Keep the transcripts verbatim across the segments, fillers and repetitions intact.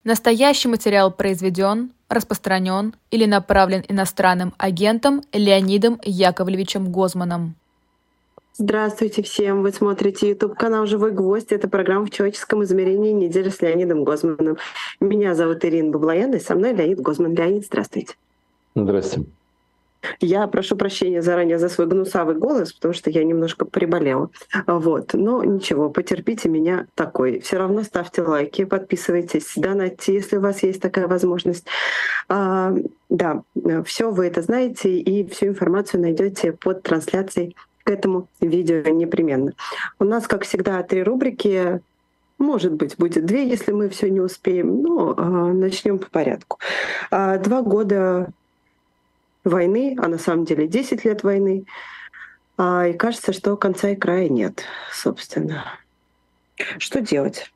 Настоящий материал произведен, распространен или направлен иностранным агентом Леонидом Яковлевичем Гозманом. Здравствуйте всем! Вы смотрите YouTube-канал «Живой гвоздь». Это программа «В человеческом измерении. Неделя с Леонидом Гозманом». Меня зовут Ирина Баблоян, и со мной Леонид Гозман. Леонид, здравствуйте. Здравствуйте. Я прошу прощения заранее за свой гнусавый голос, потому что я немножко приболела. Вот. Но ничего, потерпите меня такой. Все равно ставьте лайки, подписывайтесь, донатьте, если у вас есть такая возможность. А, да, все вы это знаете, и всю информацию найдете под трансляцией к этому видео непременно. У нас, как всегда, три рубрики. Может быть, будет две, если мы все не успеем. Но а, начнем по порядку. А, два года войны, а на самом деле десять лет войны. А, и кажется, что конца и края нет, собственно. Что делать?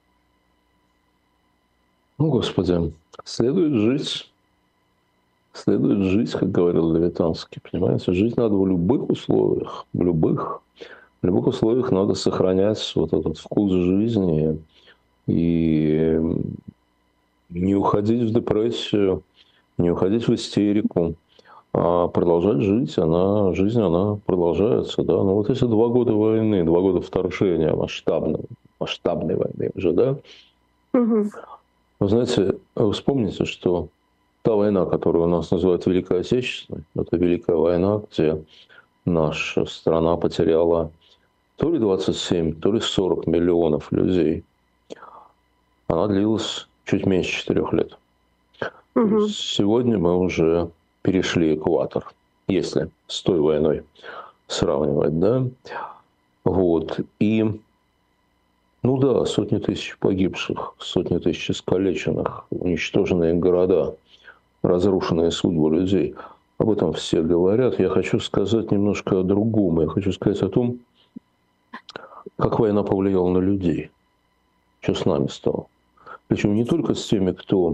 Ну, Господи, следует жить. Следует жить, как говорил Левитанский, понимаете? Жить надо в любых условиях, в любых. В любых условиях надо сохранять вот этот вкус жизни и не уходить в депрессию, не уходить в истерику, а продолжать жить. Она, жизнь, она продолжается, да. Ну, вот эти два года войны, два года вторжения масштабной, масштабной войны уже, да. Угу. Вы знаете, вы вспомните, что та война, которую у нас называют Великой Отечественной, это Великая война, где наша страна потеряла то ли двадцать семь, то ли сорок миллионов людей. Она длилась чуть меньше четырех лет. Угу. Сегодня мы уже перешли экватор, если с той войной сравнивать, да. Вот. И, ну да, сотни тысяч погибших, сотни тысяч искалеченных, уничтоженные города, разрушенные судьбы людей. Об этом все говорят. Я хочу сказать немножко о другом. Я хочу сказать о том, как война повлияла на людей. Что с нами стало. Причем не только с теми, кто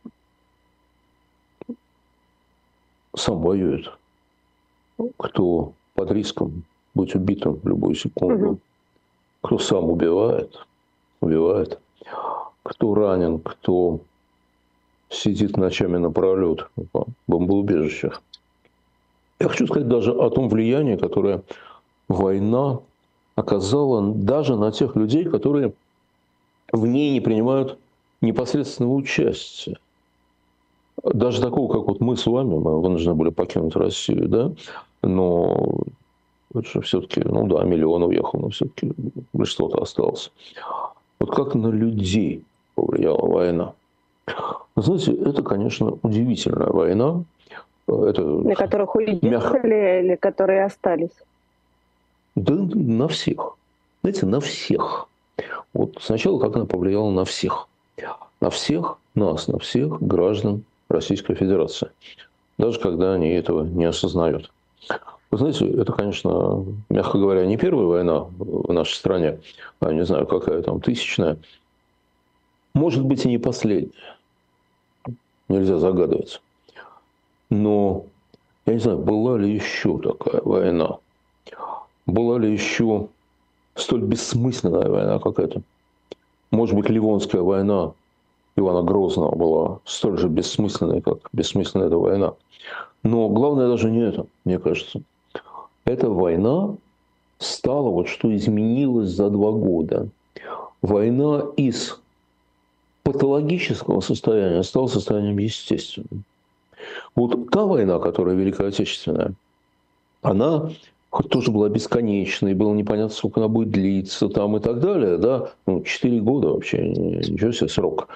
сам воюет, кто под риском быть убитым в любую секунду, Угу. кто сам убивает, убивает, кто ранен, кто сидит ночами напролет в бомбоубежищах. Я хочу сказать даже о том влиянии, которое война оказала даже на тех людей, которые в ней не принимают непосредственного участия. Даже такого, как вот мы с вами, мы вынуждены были покинуть Россию, да, но все-таки, ну да, миллион уехал, но все-таки что-то осталось. Вот как на людей повлияла война. Вы знаете, это, конечно, удивительная война. Это На которых уехали мягко... или которые остались? Да на всех. Знаете, на всех. Вот сначала как она повлияла на всех. На всех нас, на всех граждан Российской Федерации. Даже когда они этого не осознают. Вы знаете, это, конечно, мягко говоря, не первая война в нашей стране, а не знаю, какая там, тысячная. Может быть, и не последняя. Нельзя загадывать. Но, я не знаю, была ли еще такая война? Была ли еще столь бессмысленная война какая-то? Может быть, Ливонская война Ивана Грозного была столь же бессмысленной, как бессмысленная эта война. Но главное даже не это, мне кажется. Эта война стала, вот что изменилось за два года. Война из патологического состояния стала состоянием естественным. Вот та война, которая Великая Отечественная, она хоть тоже была бесконечной, было непонятно, сколько она будет длиться там и так далее, да, ну, четыре года вообще, ничего себе срок.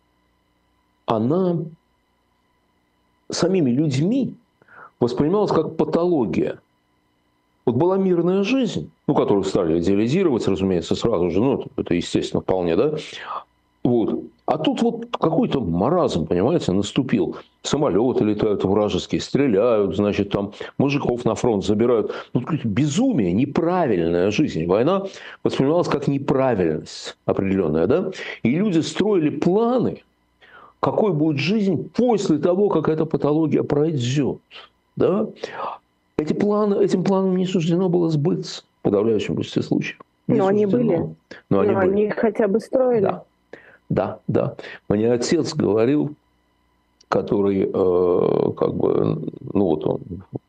Она самими людьми воспринималась как патология. Вот была мирная жизнь, ну, которую стали идеализировать, разумеется, сразу же, ну, это естественно вполне, да, вот. А тут вот какой-то маразм, понимаете, наступил. Самолеты летают вражеские, стреляют, значит, там мужиков на фронт забирают. Ну, безумие, неправильная жизнь. Война воспринималась как неправильность определенная, да? И люди строили планы, какой будет жизнь после того, как эта патология пройдет, да? Эти планы, этим планам не суждено было сбыться в подавляющем большинстве случаев. Не Но суждено. Они были. Но они, Но были. Они хотя бы строили. Да. да, да. Мне отец говорил, который, э, как бы, ну вот он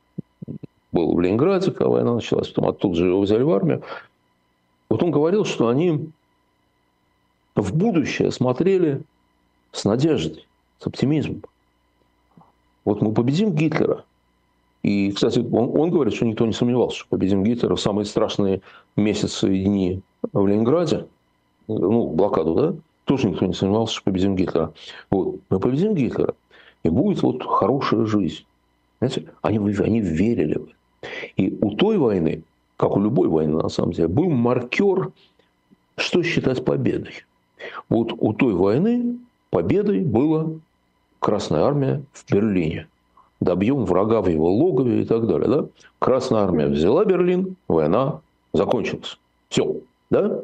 был в Ленинграде, когда война началась, потом оттуда же его взяли в армию. Вот он говорил, что они в будущее смотрели с надеждой, с оптимизмом. Вот мы победим Гитлера. И, кстати, он, он говорит, что никто не сомневался, что победим Гитлера в самые страшные месяцы и дни в Ленинграде, ну, блокаду, да, тоже никто не сомневался, что победим Гитлера. Вот, мы победим Гитлера, и будет вот хорошая жизнь. Знаете, они, они верили в это. И у той войны, как у любой войны, на самом деле, был маркер, что считать победой. Вот у той войны победой была Красная Армия в Берлине. Добьем врага в его логове и так далее. Да? Красная Армия взяла Берлин, война закончилась. Все. Да?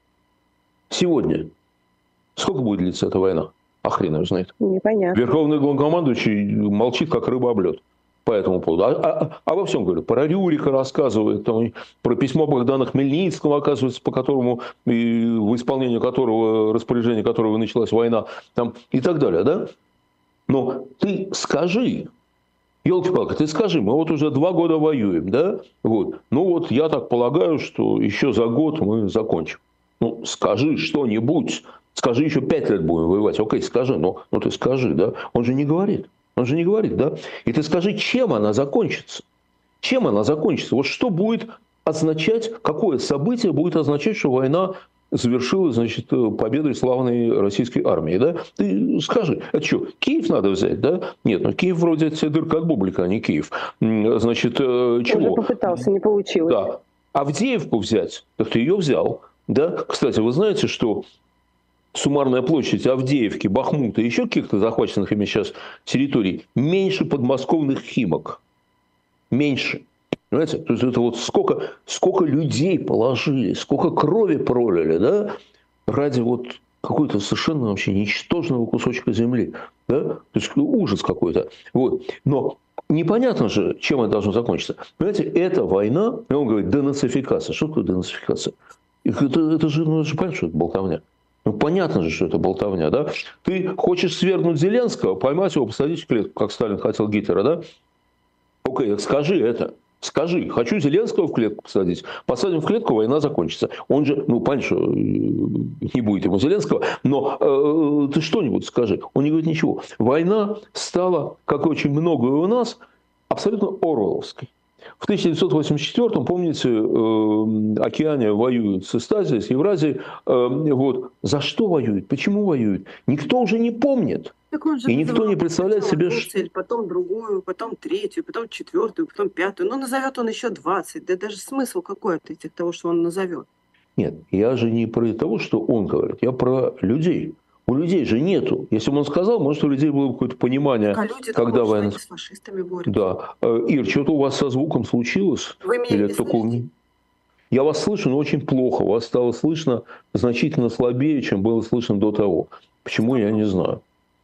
Сегодня сколько будет длиться эта война? А хрен его знает. Непонятно. Верховный главнокомандующий молчит, как рыба об лед по этому поводу. А, а, а во всем говорит. Про Рюрика рассказывает, там, про письмо Богдана Хмельницкого, оказывается, по которому, и в исполнении которого, распоряжение которого началась война, там, и так далее. Да? Но ты скажи, елки-палки, ты скажи, мы вот уже два года воюем, да? Вот. Ну вот я так полагаю, что еще за год мы закончим. Ну, скажи что-нибудь. Скажи, еще пять лет будем воевать. Окей, скажи, но, но ты скажи, да? Он же не говорит. Он же не говорит, да? И ты скажи, чем она закончится? Чем она закончится? Вот что будет означать, какое событие будет означать, что война завершилась, значит, победой славной российской армии, да? Ты скажи, это что, Киев надо взять, да? Нет, ну Киев вроде это дырка от бублика, а не Киев. Значит, чего? Уже попытался, не получилось. Да. Авдеевку взять? Так ты ее взял, да? Кстати, вы знаете, что суммарная площадь Авдеевки, Бахмута и еще каких-то захваченных ими сейчас территорий меньше подмосковных Химок. Меньше. Понимаете? То есть это вот сколько, сколько людей положили, сколько крови пролили, да, ради вот какой-то совершенно вообще ничтожного кусочка земли. Да? То есть ужас какой-то. Вот. Но непонятно же, чем это должно закончиться. Понимаете, эта война, он говорит, денацификация. Что такое денацификация? Это, это же, ну, это же понятно, что это болтовня. Ну, понятно же, что это болтовня, да? Ты хочешь свергнуть Зеленского, поймать его, посадить в клетку, как Сталин хотел Гитлера, да? Окей, скажи это. Скажи, хочу Зеленского в клетку посадить. Посадим в клетку, война закончится. Он же, ну, понятно, что не будет ему Зеленского, но э, ты что-нибудь скажи. Он не говорит ничего. Война стала, как и очень многое у нас, абсолютно орвелловской. В тысяча девятьсот восемьдесят четвёртом, помните, э, Океания воюет с Эстазией, с Евразией. Э, вот. За что воюют? Почему воюют? Никто уже не помнит. И никто не представляет себе, что... Цель, потом другую, потом третью, потом четвертую, потом пятую. Ну, назовет он еще двадцать. Да даже смысл какой от этих того, что он назовет? Нет, я же не про того, что он говорит. Я про людей. У людей же нету. Если бы он сказал, может, у людей было бы какое-то понимание, а люди когда война... с фашистами борются. Да. Ир, что-то у вас со звуком случилось? Вы меня Или не только... слышите? Я вас слышу, но очень плохо. Вас стало слышно значительно слабее, чем было слышно до того. Почему, я не знаю.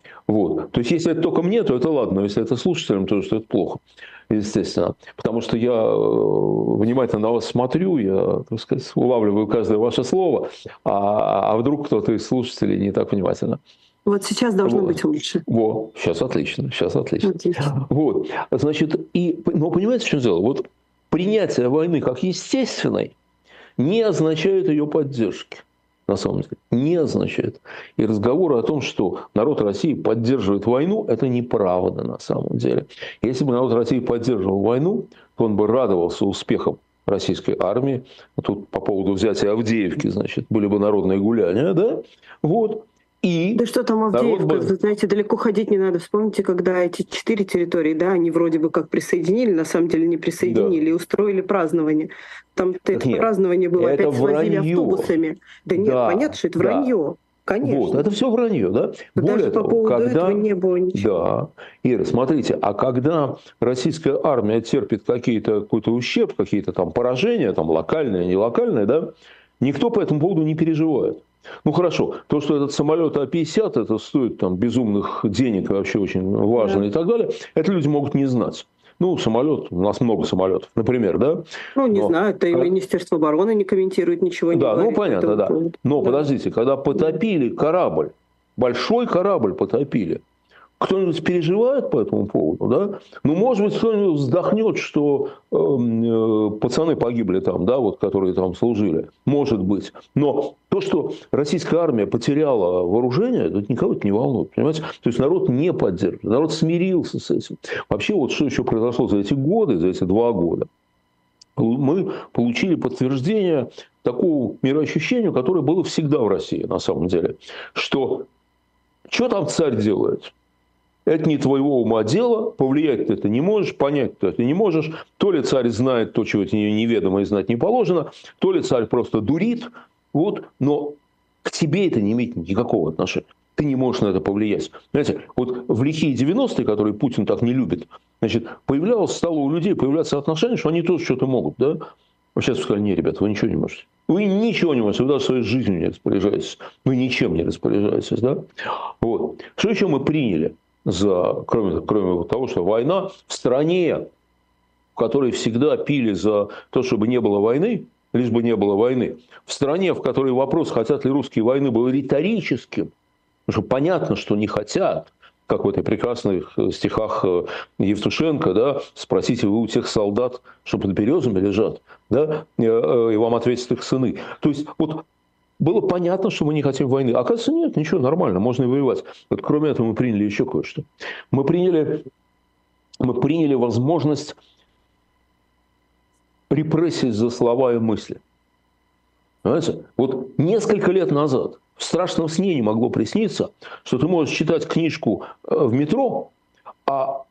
Вот. То есть, если это только мне, то это ладно. Но если это слушателям, то что это плохо. Естественно. Потому что я внимательно на вас смотрю, я, так сказать, улавливаю каждое ваше слово, а, а вдруг кто-то из слушателей не так внимательно. Вот сейчас должно вот. быть лучше. Во, сейчас отлично, сейчас отлично. отлично. Вот. Значит, и, но понимаете, в чем дело? Вот принятие войны как естественной не означает ее поддержки. На самом деле, не означает. И разговоры о том, что народ России поддерживает войну, это неправда на самом деле. Если бы народ России поддерживал войну, то он бы радовался успехам российской армии. Тут по поводу взятия Авдеевки, значит, были бы народные гуляния, да? Вот. И да что там Авдеевка, бы... знаете, далеко ходить не надо. Вспомните, когда эти четыре территории, да, они вроде бы как присоединили, на самом деле не присоединили, да. И устроили празднование. Там это нет, празднование было, опять свозили автобусами. Да нет, да, понятно, что это вранье. Да. Конечно. Вот, это все вранье, да? Даже Более по того, поводу когда... этого не было ничего. Да. Ира, смотрите, а когда российская армия терпит какие-то, какой-то ущерб, какие-то там поражения, там локальные, не локальные, да, никто по этому поводу не переживает. Ну хорошо, то, что этот самолет А пятьдесят, это стоит там безумных денег, вообще очень важно, да. И так далее, это люди могут не знать. Ну, самолет, у нас много самолетов, например, да? Ну, не но... знаю, это и Министерство обороны не комментирует ничего. Не да, говорит, ну понятно, да. Но да. Подождите, когда потопили корабль Большой корабль потопили. Кто-нибудь переживает по этому поводу, да? Ну, может быть, кто-нибудь вздохнет, что э, э, пацаны погибли там, да, вот, которые там служили. Может быть. Но то, что российская армия потеряла вооружение, это никого это не волнует, понимаете? То есть народ не поддерживает, народ смирился с этим. Вообще, вот что еще произошло за эти годы, за эти два года? Мы получили подтверждение такого мироощущения, которое было всегда в России, на самом деле. Что, что там царь делает? Это не твоего ума дело, повлиять ты это не можешь, понять ты это не можешь. То ли царь знает то, чего тебе неведомо и знать не положено, то ли царь просто дурит. Вот, но к тебе это не имеет никакого отношения. Ты не можешь на это повлиять. Знаете, вот в лихие девяностые, которые Путин так не любит, значит, появлялось, стало у людей появляться отношение, что они тоже что-то могут. Да? А сейчас сказали: не, ребята, вы ничего не можете. Вы ничего не можете, вы даже своей жизнью не распоряжаетесь. Вы ничем не распоряжаетесь. Да? Вот. Что еще мы приняли? За, кроме, кроме того, что война в стране, в которой всегда пили за то, чтобы не было войны, лишь бы не было войны, в стране, в которой вопрос, хотят ли русские войны, был риторическим, потому что понятно, что не хотят, как в этой прекрасных стихах Евтушенко, да, спросите вы у тех солдат, что под березами лежат, да, и вам ответят их сыны. То есть вот было понятно, что мы не хотим войны. Оказывается, нет, ничего, нормально, можно и воевать. Вот кроме этого мы приняли еще кое-что. Мы приняли, мы приняли возможность репрессий за слова и мысли. Понимаете? Вот несколько лет назад в страшном сне не могло присниться, что ты можешь читать книжку в метро, а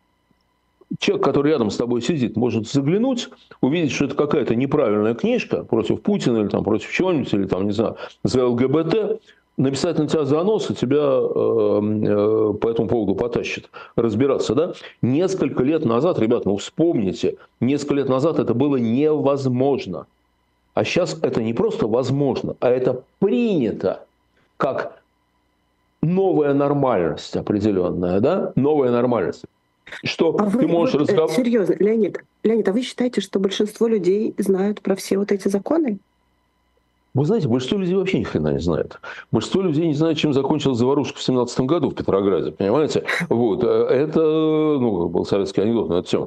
человек, который рядом с тобой сидит, может заглянуть, увидеть, что это какая-то неправильная книжка против Путина или там, против чего-нибудь, или там, не знаю, за ЛГБТ, написать на тебя занос, и тебя э, э, по этому поводу потащит разбираться. Да? Несколько лет назад, ребят, ну вспомните, несколько лет назад это было невозможно. А сейчас это не просто возможно, а это принято как новая нормальность определенная, да? Новая нормальность. Что а ты вы, можешь вот, разговаривать... Серьезно, Леонид, Леонид, а вы считаете, что большинство людей знают про все вот эти законы? Вы знаете, большинство людей вообще ни хрена не знает. Большинство людей не знает, чем закончилась заварушка в семнадцатом году в Петрограде, понимаете? Вот. Это, ну, был советский анекдот на эту тему.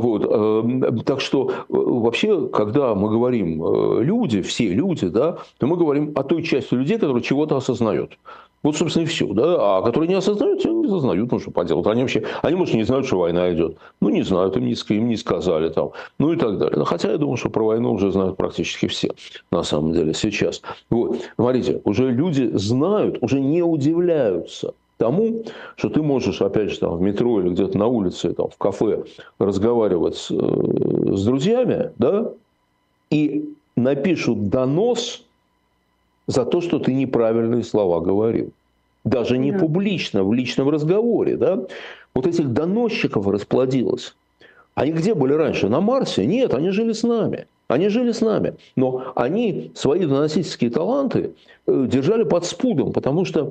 Вот. Так что вообще, когда мы говорим люди, все люди, да, то мы говорим о той части людей, которые чего-то осознают. Вот, собственно, и все. Да? А которые не осознают, они не осознают, ну что поделать. Они вообще, они, может, не знают, что война идет. Ну, не знают, им не, им не сказали там. Ну, и так далее. Хотя я думаю, что про войну уже знают практически все, на самом деле, сейчас. Вот. Смотрите, уже люди знают, уже не удивляются тому, что ты можешь, опять же, там, в метро или где-то на улице, там, в кафе разговаривать с, с друзьями, да, и напишут донос за то, что ты неправильные слова говорил. Даже не да. публично, в личном разговоре. Да? Вот этих доносчиков расплодилось. Они где были раньше? На Марсе? Нет, они жили с нами. Они жили с нами. Но они свои доносительские таланты держали под спудом, потому что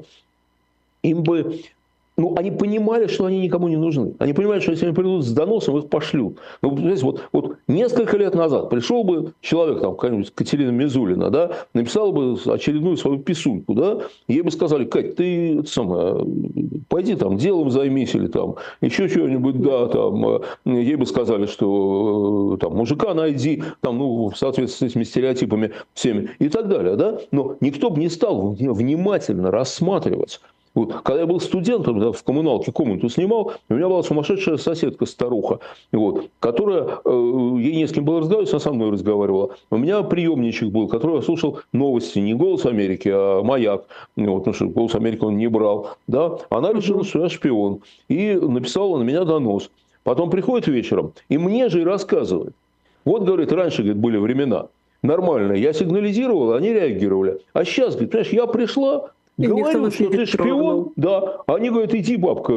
им бы... Ну, они понимали, что они никому не нужны. Они понимали, что если они придут с доносом, их пошлют. Ну, вот, вот несколько лет назад пришел бы человек, там, какая-нибудь Катерина Мизулина, да, написала бы очередную свою писульку, да, ей бы сказали: Кать, ты это самое, пойди там делом займись или там еще чего-нибудь, да, там, ей бы сказали, что там мужика найди, там, ну, в соответствии с этими стереотипами всеми и так далее, да. Но никто бы не стал внимательно рассматривать. Вот. Когда я был студентом, да, в коммуналке комнату снимал, у меня была сумасшедшая соседка-старуха, вот, которая, э, ей не с кем было разговаривать, она со мной разговаривала. У меня приемничек был, который слушал новости, не «Голос Америки», а «Маяк», вот, потому что «Голос Америки» он не брал. Да? Она решила, что я шпион, и написала на меня донос. Потом приходит вечером, и мне же и рассказывает. Вот, говорит, раньше, говорит, были времена нормальные, я сигнализировал, они реагировали. А сейчас, говорит, понимаешь, я пришла... И говорю, что ты шпион, да. Они говорят: иди, бабка,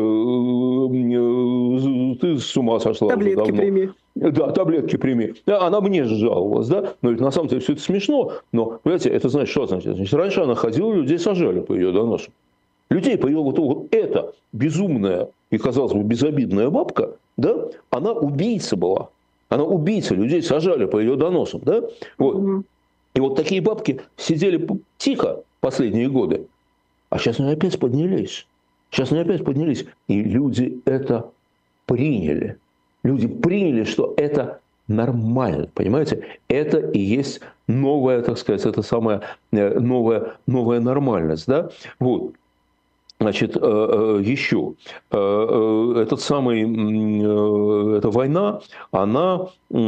ты с ума сошла. Таблетки прими. Да, таблетки прими. Она мне же жаловалась, да. Но ведь на самом деле все это смешно. Но, понимаете, это значит, что значит? Значит, раньше она ходила, людей сажали по ее доносу. Людей по ее вот, вот эта безумная и, казалось бы, безобидная бабка, да, она убийца была. Она убийца, людей сажали по ее доносам, да. Вот. Угу. И вот такие бабки сидели тихо последние годы. А сейчас они опять поднялись. Сейчас они опять поднялись. И люди это приняли. Люди приняли, что это нормально. Понимаете? Это и есть новая, так сказать, это самая новая, новая нормальность. Да? Вот. Значит, еще этот самый, эта война, она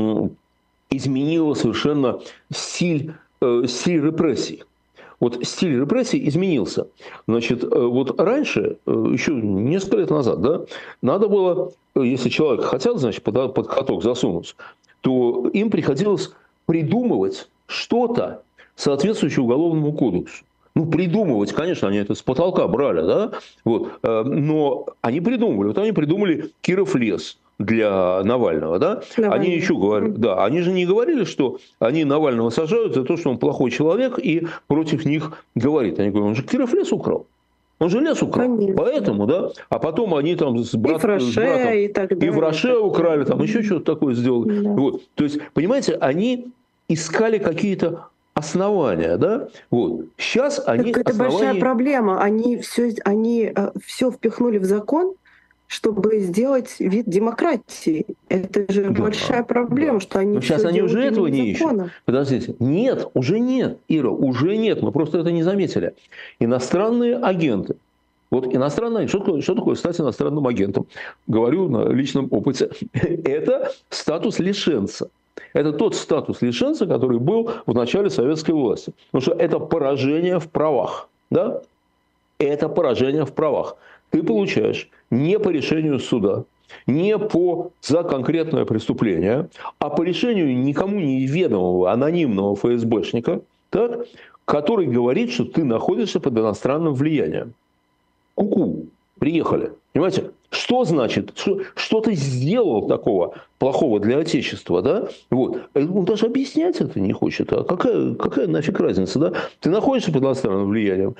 изменила совершенно стиль, стиль репрессий. Вот стиль репрессий изменился. Значит, вот раньше, еще несколько лет назад, да, надо было, если человек хотел, значит, под, под каток засунуть, то им приходилось придумывать что-то, соответствующее Уголовному кодексу. Ну, придумывать, конечно, они это с потолка брали, да, вот, но они придумывали. Вот они придумали Киров лес для Навального, да. Навальный. Они еще говорят, да, они же не говорили, что они Навального сажают за то, что он плохой человек и против них говорит. Они говорят, он же Киров лес украл. Он же лес украл. Конечно. Поэтому, да. А потом они там с, брат, и с братом и, так далее. И в Роше украли, там еще что-то такое сделали. Да. Вот. То есть, понимаете, они искали какие-то основания, да? Вот. Сейчас они так это основания... большая проблема. Они все, они все впихнули в закон, чтобы сделать вид демократии. Это же да, большая проблема, да. Что они. Но сейчас они уже этого не ищут. Подождите, нет, уже нет, Ира, уже нет. Мы просто это не заметили. Иностранные агенты. Вот иностранные, что такое, что такое стать иностранным агентом? Говорю на личном опыте. Это статус лишенца. Это тот статус лишенца, который был в начале советской власти. Потому что это поражение в правах. Да? Это поражение в правах. Ты получаешь не по решению суда, не по, за конкретное преступление, а по решению никому неведомого анонимного эф эс бэшника, так, который говорит, что ты находишься под иностранным влиянием. Ку-ку, приехали. Понимаете? Что значит? Что, что ты сделал такого плохого для Отечества, да? Вот. Он даже объяснять это не хочет. А какая, какая нафиг разница, да? Ты находишься под иностранным влиянием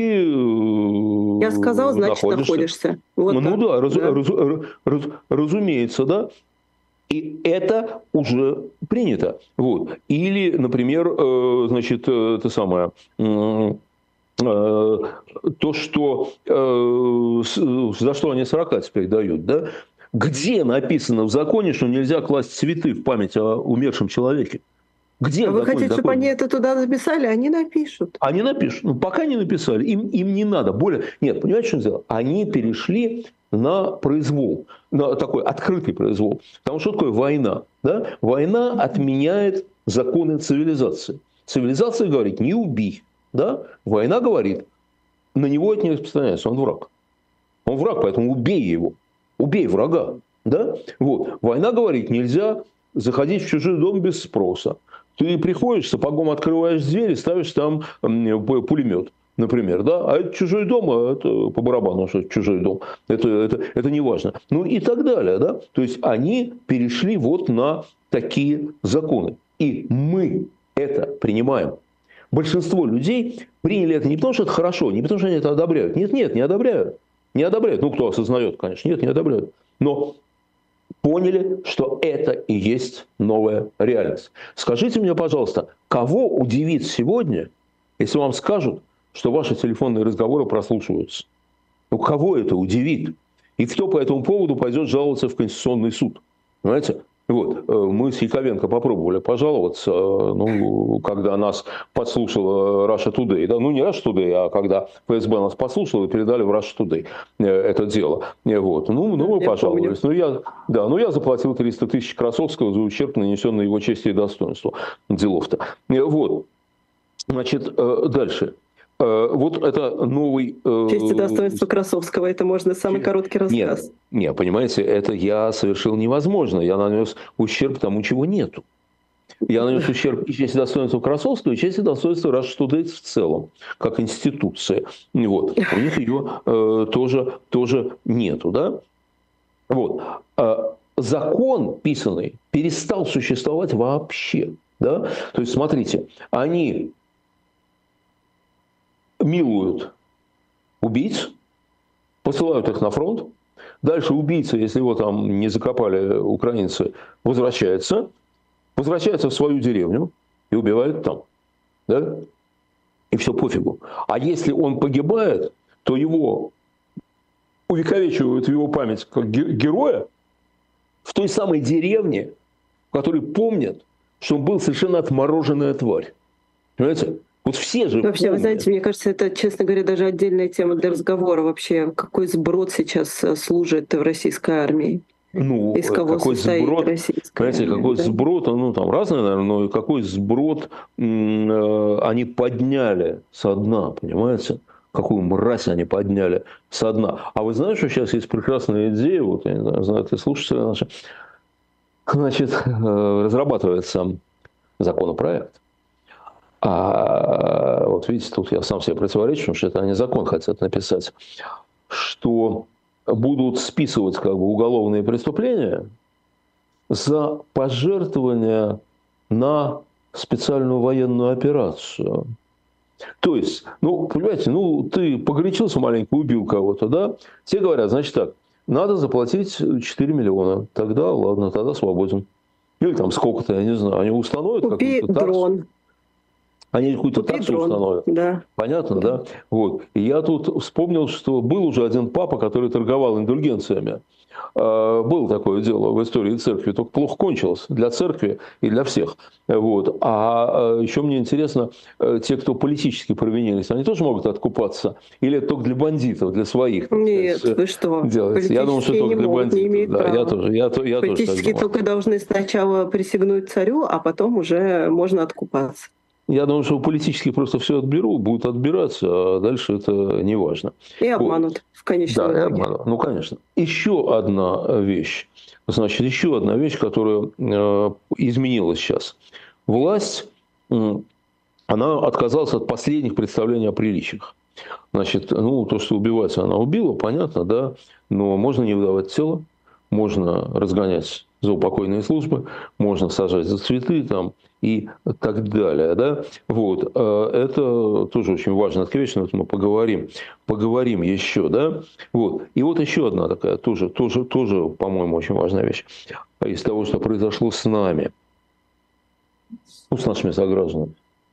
и... Я сказал, значит, находишься. находишься. Вот ну так. да, раз, да. Раз, раз, раз, разумеется, да? И это уже принято. Вот. Или, например, значит, это самое... то, что, за что они сорока теперь дают, да? Где написано в законе, что нельзя класть цветы в память о умершем человеке? Где а вы хотите, чтобы они это туда написали? Они напишут. Они напишут. Ну, пока не написали. Им, им не надо. Более... Нет, понимаете, что дело? Они перешли на произвол. На такой открытый произвол. Потому что такое война? Да? Война отменяет законы цивилизации. Цивилизация говорит, не убий. Да? Война говорит, на него это не распространяется, он враг. Он враг, поэтому убей его. Убей врага. Да? Вот. Война говорит, нельзя заходить в чужой дом без спроса. Ты приходишь, сапогом открываешь дверь и ставишь там пулемет, например. Да? А это чужой дом, а это по барабану, что это чужой дом. Это, это, это не важно. Ну и так далее. Да? То есть они перешли вот на такие законы. И мы это принимаем. Большинство людей приняли это не потому, что это хорошо, не потому, что они это одобряют. Нет, нет, не одобряют. Не одобряют. Ну, кто осознает, конечно. Нет, не одобряют. Но поняли, что это и есть новая реальность. Скажите мне, пожалуйста, кого удивит сегодня, если вам скажут, что ваши телефонные разговоры прослушиваются? Ну, кого это удивит? И кто по этому поводу пойдет жаловаться в Конституционный суд? Понимаете? Вот. Мы с Яковенко попробовали пожаловаться, ну, когда нас подслушала Russia Today. Да? Ну, не Russia Today, а когда эф эс бэ нас подслушал и передали в Russia Today это дело. Вот. Ну, ну, мы я пожаловались. Ну, я, да, ну, я заплатил триста тысяч Красовского за ущерб, нанесенный его чести и достоинству. Делов-то. Вот. Значит, дальше. Вот это новый... Честь и достоинство Красовского, это можно самый короткий рассказ. Нет, нет, понимаете, это я совершил невозможно. Я нанес ущерб тому, чего нету. Я нанес ущерб и честь и достоинство Красовского, и честь и достоинство Russia Today в целом, как институции. Вот. У них ее э, тоже, тоже нету. Да? Вот. А закон писанный перестал существовать вообще. Да? То есть, смотрите, они... милуют убийц, посылают их на фронт. Дальше убийца, если его там не закопали украинцы, возвращается. Возвращается в свою деревню и убивает там. Да? и все пофигу. А если он погибает, то его увековечивают в его память как героя в той самой деревне, в которой помнят, что он был совершенно отмороженная тварь. Понимаете? Вот все же Вообще, помнят. Вы знаете, мне кажется, это, честно говоря, даже отдельная тема для разговора вообще. Какой сброд сейчас служит в российской армии? Ну, Из кого какой состоит сброд, российская понимаете, армия? какой Да? сброд, ну там разное, наверное, но какой сброд м, э, они подняли со дна, понимаете? Какую мразь они подняли со дна. А вы знаете, что сейчас есть прекрасная идея, вот, я не знаю, знают ли слушатели наши, значит, э, разрабатывается законопроект. А вот видите, тут я сам себе противоречу, потому что это они закон хотят написать, что будут списывать как бы уголовные преступления за пожертвования на специальную военную операцию. То есть, ну, понимаете, ну, ты погорячился маленько, убил кого-то, да? Те говорят, значит так, надо заплатить четыре миллиона. Тогда, ладно, тогда свободен. Или там сколько-то, я не знаю, они установят Купи какую-то таксу. дрон. Они какую-то Купи таксу дрон. установят. Да. Понятно, да? Вот. И я тут вспомнил, что был уже один папа, который торговал индульгенциями. Было такое дело в истории церкви, только плохо кончилось для церкви и для всех. Вот. А еще мне интересно, те, кто политически провинились, они тоже могут откупаться? Или это только для бандитов, для своих? Нет, сказать, вы что? делается? Я думаю, что только для могут, не бандитов. Да, я тоже, я, я Политически тоже только должны сначала присягнуть царю, а потом уже можно откупаться. Я думаю, что политически просто все отберут, будут отбираться, а дальше это не важно. И обманут вот. В конечном да, итоге. И обманут. Ну, конечно. Еще одна вещь. Значит, еще одна вещь, которая э, изменилась сейчас. Власть, э, она отказалась от последних представлений о приличиях. Значит, ну, то, что убивается, она убила, понятно, да, но можно не выдавать тело, можно разгонять за упокойные службы, можно сажать за цветы там и так далее, да, вот, это тоже очень важная вещь, но это мы поговорим, поговорим еще, да, вот, и вот еще одна такая, тоже, тоже, тоже, по-моему, очень важная вещь из того, что произошло с нами, ну, с нашими согражданами.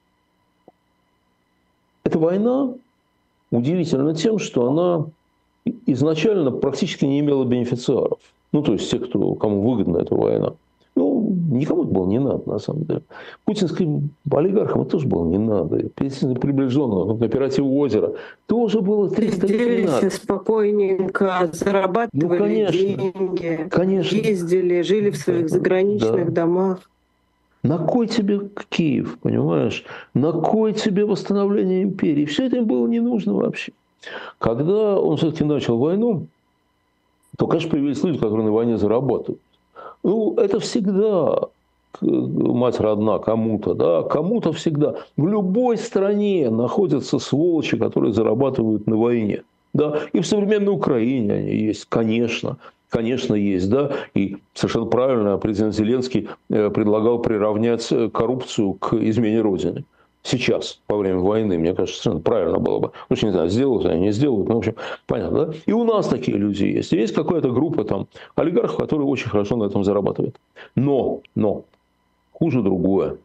Эта война удивительна тем, что она изначально практически не имела бенефициаров. Ну, то есть, те, кто, кому выгодна эта война. Ну, никому это было не надо, на самом деле. Путинским олигархам это тоже было не надо. Приближенного, как оператив «Озеро», тоже было триста лет не надо. Спокойненько зарабатывали ну, конечно, деньги, конечно. ездили, жили в своих заграничных да. домах. На кой тебе Киев, понимаешь? На кой тебе восстановление империи? Все это им было не нужно вообще. Когда он все-таки начал войну, то, конечно, появились люди, которые на войне зарабатывают. Ну, это всегда мать родна кому-то, да, кому-то всегда. В любой стране находятся сволочи, которые зарабатывают на войне. Да, и в современной Украине они есть, конечно. Конечно, есть, да, и совершенно правильно президент Зеленский предлагал приравнять коррупцию к измене Родины. Сейчас, во время войны, мне кажется, совершенно правильно было бы. Ну, не знаю, сделают они, не сделают, ну, в общем, понятно, да? И у нас такие люди есть. И есть какая-то группа там олигархов, которые очень хорошо на этом зарабатывают. Но, но, хуже другое.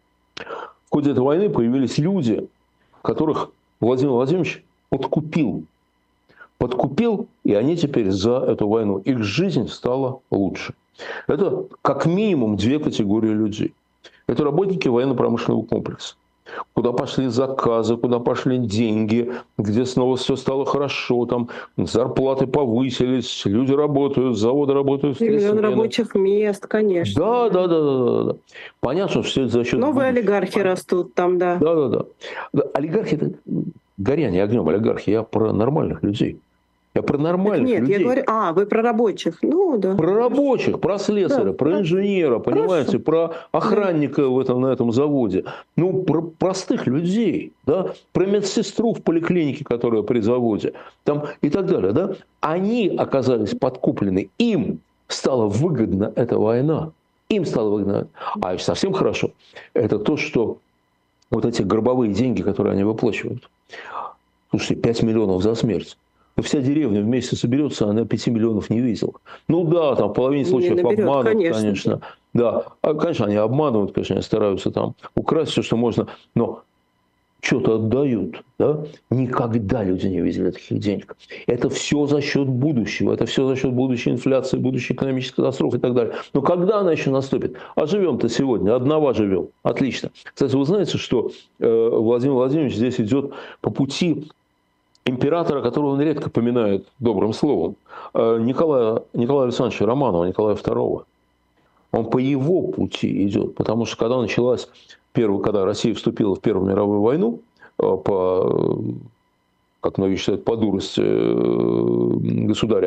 В ходе этой войны появились люди, которых Владимир Владимирович подкупил. Подкупил, и они теперь за эту войну. Их жизнь стала лучше. Это как минимум две категории людей. Это работники военно-промышленного комплекса. Куда пошли заказы, куда пошли деньги, где снова все стало хорошо, там зарплаты повысились, люди работают, заводы работают. Миллион рабочих мест, конечно. Да, да, да, да, да. Понятно, что все это за счет... Новые олигархи растут там, да. Да, да, да. Олигархи – это горяние огнем олигархи. Я про нормальных людей. Я про нормальных Нет, людей. я говорю, а, вы про рабочих. Ну, да. Про рабочих, про слесаря, да, про инженера, хорошо. Понимаете, про охранника да. в этом, на этом заводе. Ну, про простых людей, да, про медсестру в поликлинике, которая при заводе, там, и так далее, да. Они оказались подкуплены, им стала выгодна эта война. Им стало выгодно. А совсем хорошо, это то, что вот эти гробовые деньги, которые они выплачивают. Слушайте, пять миллионов за смерть. Вся деревня вместе соберется, она пяти миллионов не видела. Ну да, там в половине случаев наберет, обманывают, конечно. конечно. Да, конечно, они обманывают, конечно, они стараются там украсть все, что можно. Но что-то отдают, да, никогда люди не видели таких денег. Это все за счет будущего, это все за счет будущей инфляции, будущей экономической катастрофы и так далее. Но когда она еще наступит? А живем-то сегодня, одного живем. Отлично. Кстати, вы знаете, что э, Владимир Владимирович здесь идет по пути императора, которого он редко поминает добрым словом, э, Николая, Николая Александровича Романова, Николая второго. Он по его пути идет, потому что когда началась первая, когда Россия вступила в Первую мировую войну, по, как многие считают, по дурости государя,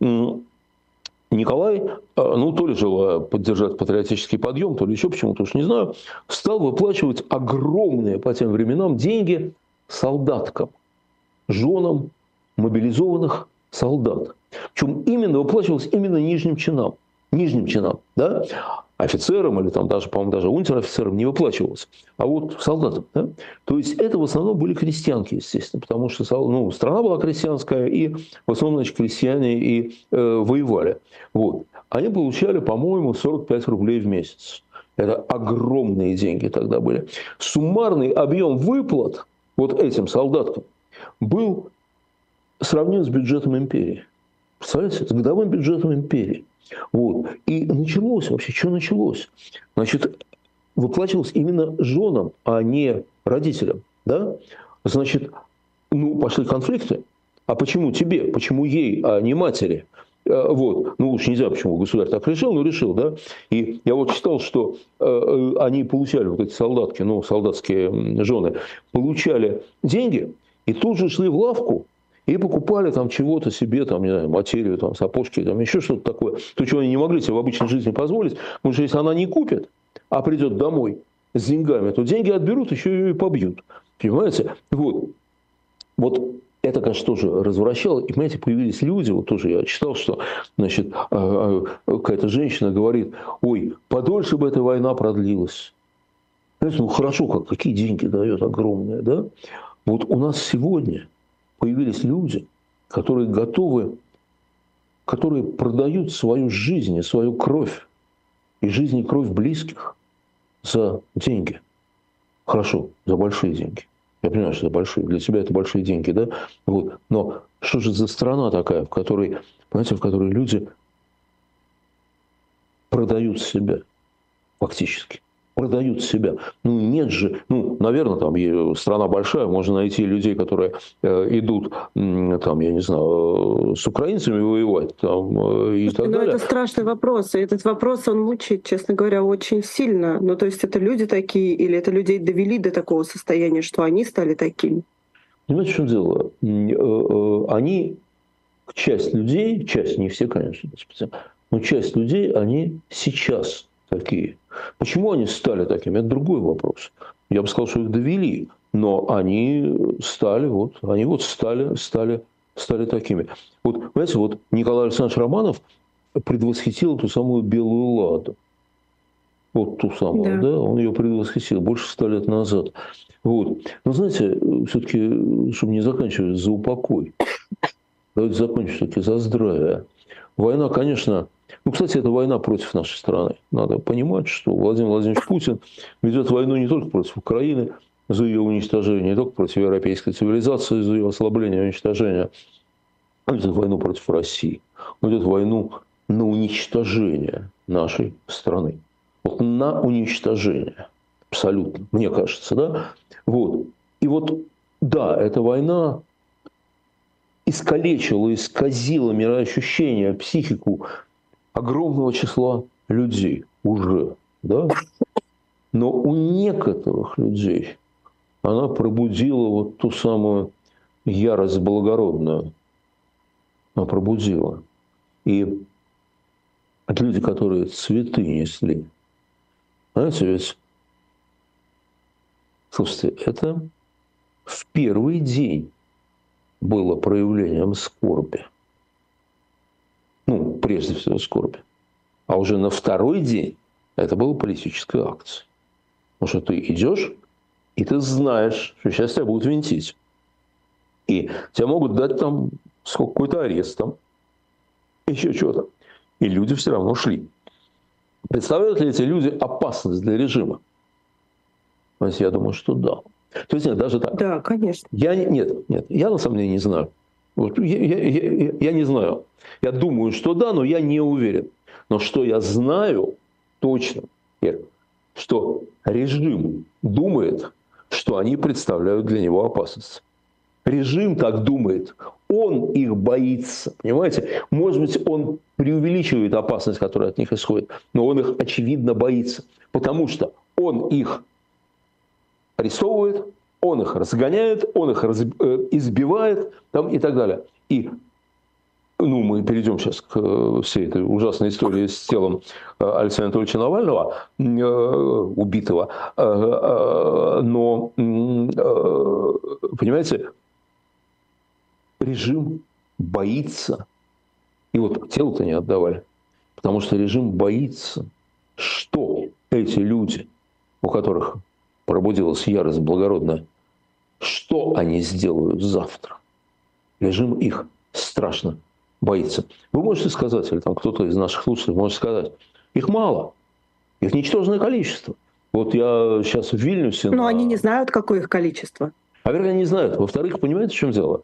Николай, ну, то ли желая поддержать патриотический подъем, то ли еще почему-то, уж не знаю, стал выплачивать огромные по тем временам деньги солдаткам, женам мобилизованных солдат. Причем именно выплачивалось именно нижним чинам. Нижним чинам, да, офицерам или там даже, по-моему, даже унтер-офицерам не выплачивалось, а вот солдатам, да. То есть это в основном были крестьянки, естественно, потому что, ну, страна была крестьянская, и в основном, значит, крестьяне и э, воевали. Вот. Они получали, по-моему, сорок пять рублей в месяц. Это огромные деньги тогда были. Суммарный объем выплат вот этим солдаткам был сравним с бюджетом империи. Представляете, с годовым бюджетом империи. Вот. И началось вообще, что началось? Значит, выплачивалось именно женам, а не родителям. Да? Значит, ну, пошли конфликты. А почему тебе? Почему ей, а не матери? Вот. Ну, уж не знаю, почему государь так решил, но решил, да. И я вот читал, что э, они получали, вот эти солдатки, ну, солдатские жены, получали деньги и тут же шли в лавку и покупали там чего-то себе, там, не знаю, материю, там, сапожки, там, еще что-то такое. То, чего они не могли себе в обычной жизни позволить. Потому что если она не купит, а придет домой с деньгами, то деньги отберут, еще ее и побьют. Понимаете? Вот. Вот это, конечно, тоже развращало. И, понимаете, появились люди, вот тоже я читал, что, значит, какая-то женщина говорит: ой, подольше бы эта война продлилась. Знаете, ну хорошо, как, какие деньги дает огромные, да? Вот у нас сегодня появились люди, которые готовы, которые продают свою жизнь и свою кровь, и жизнь и кровь близких за деньги. Хорошо, за большие деньги. Я понимаю, что это большие. Для тебя это большие деньги, да? Вот. Но что же за страна такая, в которой, понимаете, в которой люди продают себя фактически? Продают себя. Ну, нет же, ну, наверное, там страна большая, можно найти людей, которые э, идут, э, там, я не знаю, с украинцами воевать, там, э, и Слушайте, так ну, далее. это страшный вопрос, и этот вопрос, он мучает, честно говоря, очень сильно. Ну, то есть это люди такие, или это людей довели до такого состояния, что они стали такими? Понимаете, в чем дело? Они, часть людей, часть, не все, конечно, но часть людей, они сейчас такие. Почему они стали такими? Это другой вопрос. Я бы сказал, что их довели, но они стали вот, они вот стали, стали, стали такими. Вот, понимаете, вот Николай Александрович Романов предвосхитил ту самую белую ладу. Вот ту самую, да. да, он ее предвосхитил больше ста лет назад. Вот. Но знаете, все-таки, чтобы не заканчивать за упокой, давайте закончим все-таки за здравие. Война, конечно, ну, кстати, это война против нашей страны. Надо понимать, что Владимир Владимирович Путин ведет войну не только против Украины за ее уничтожение, не только против европейской цивилизации за ее ослабление и уничтожение. Он ведет войну против России. Он ведет войну на уничтожение нашей страны. Вот на уничтожение. Абсолютно. Мне кажется, да? Вот. И вот, да, эта война искалечила, исказила мироощущение, психику огромного числа людей уже, да? Но у некоторых людей она пробудила вот ту самую ярость благородную. Она пробудила. И это люди, которые цветы несли. Знаете, ведь, слушайте, это в первый день было проявлением скорби. Ну, прежде всего, скорби. А уже на второй день это была политическая акция. Потому что ты идешь, и ты знаешь, что сейчас тебя будут винтить. И тебя могут дать там сколько, какой-то арест, там, еще что-то. И люди все равно шли. Представляют ли эти люди опасность для режима? Я думаю, что да. То есть нет, даже так. Да, конечно. Я не, нет, нет, я на самом деле не знаю. Вот, я, я, я, я не знаю. Я думаю, что да, но я не уверен. Но что я знаю точно, Ир, что режим думает, что они представляют для него опасность. Режим так думает. Он их боится. Понимаете? Может быть, он преувеличивает опасность, которая от них исходит, но он их, очевидно, боится. Потому что он их арестовывает, он их разгоняет, он их раз, э, избивает там, и так далее. И ну, мы перейдем сейчас к э, всей этой ужасной истории с телом э, Алексея Анатольевича Навального, э, убитого. Э, э, но, э, понимаете, режим боится, и вот тело-то не отдавали, потому что режим боится, что эти люди, у которых пробудилась ярость благородная, что они сделают завтра. Режим их страшно боится. Вы можете сказать, или там кто-то из наших слушателей может сказать, их мало, их ничтожное количество. Вот я сейчас в Вильнюсе... Но на... они не знают, какое их количество. Во-первых, они не знают. Во-вторых, понимаете, в чем дело?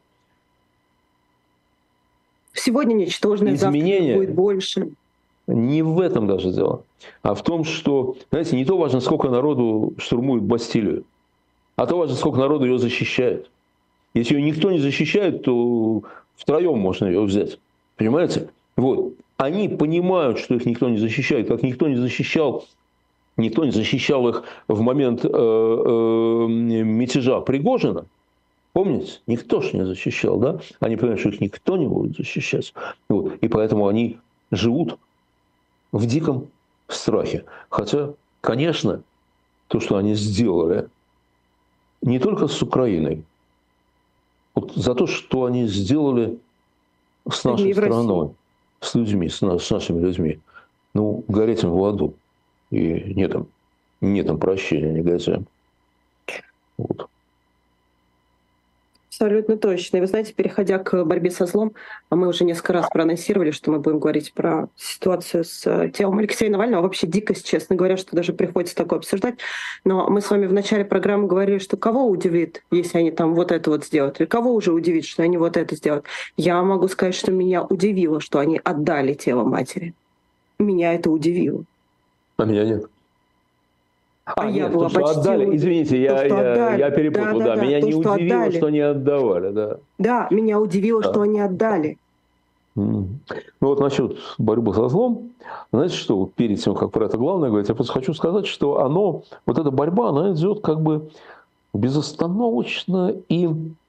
Сегодня ничтожное, Изменения... завтра будет больше. Не в этом даже дело, а в том, что, знаете, не то важно, сколько народу штурмует Бастилию, а то важно, сколько народу ее защищает. Если ее никто не защищает, то втроем можно ее взять. Понимаете? Вот. Они понимают, что их никто не защищает, как никто не защищал, никто не защищал их в момент э, э, мятежа Пригожина. Помните? Никто же не защищал, да? Они понимают, что их никто не будет защищать. Вот. И поэтому они живут в диком страхе. Хотя, конечно, то, что они сделали не только с Украиной, вот за то, что они сделали с нашей страной, с людьми, с, нас, с нашими людьми, ну, гореть им в аду. И нет им, нет им прощения негодяям. Вот. Абсолютно точно. И вы знаете, переходя к борьбе со злом, мы уже несколько раз проанонсировали, что мы будем говорить про ситуацию с телом Алексея Навального. Вообще дикость, честно говоря, что даже приходится такое обсуждать. Но мы с вами в начале программы говорили, что кого удивит, если они там вот это вот сделают, или кого уже удивит, что они вот это сделают. Я могу сказать, что меня удивило, что они отдали тело матери. Меня это удивило. А меня нет. А, А нет, я была то, что почти отдали, уверена. извините, я, То, что я, отдали. я перепутал, Да, да, да, да. меня То, не что удивило, отдали. что не отдавали, да. Да, меня удивило, Да. что они отдали. Mm. Ну вот насчет борьбы со злом, знаете что, вот перед тем, как про это главное говорить, я просто хочу сказать, что оно, вот эта борьба, она идет как бы безостановочно и,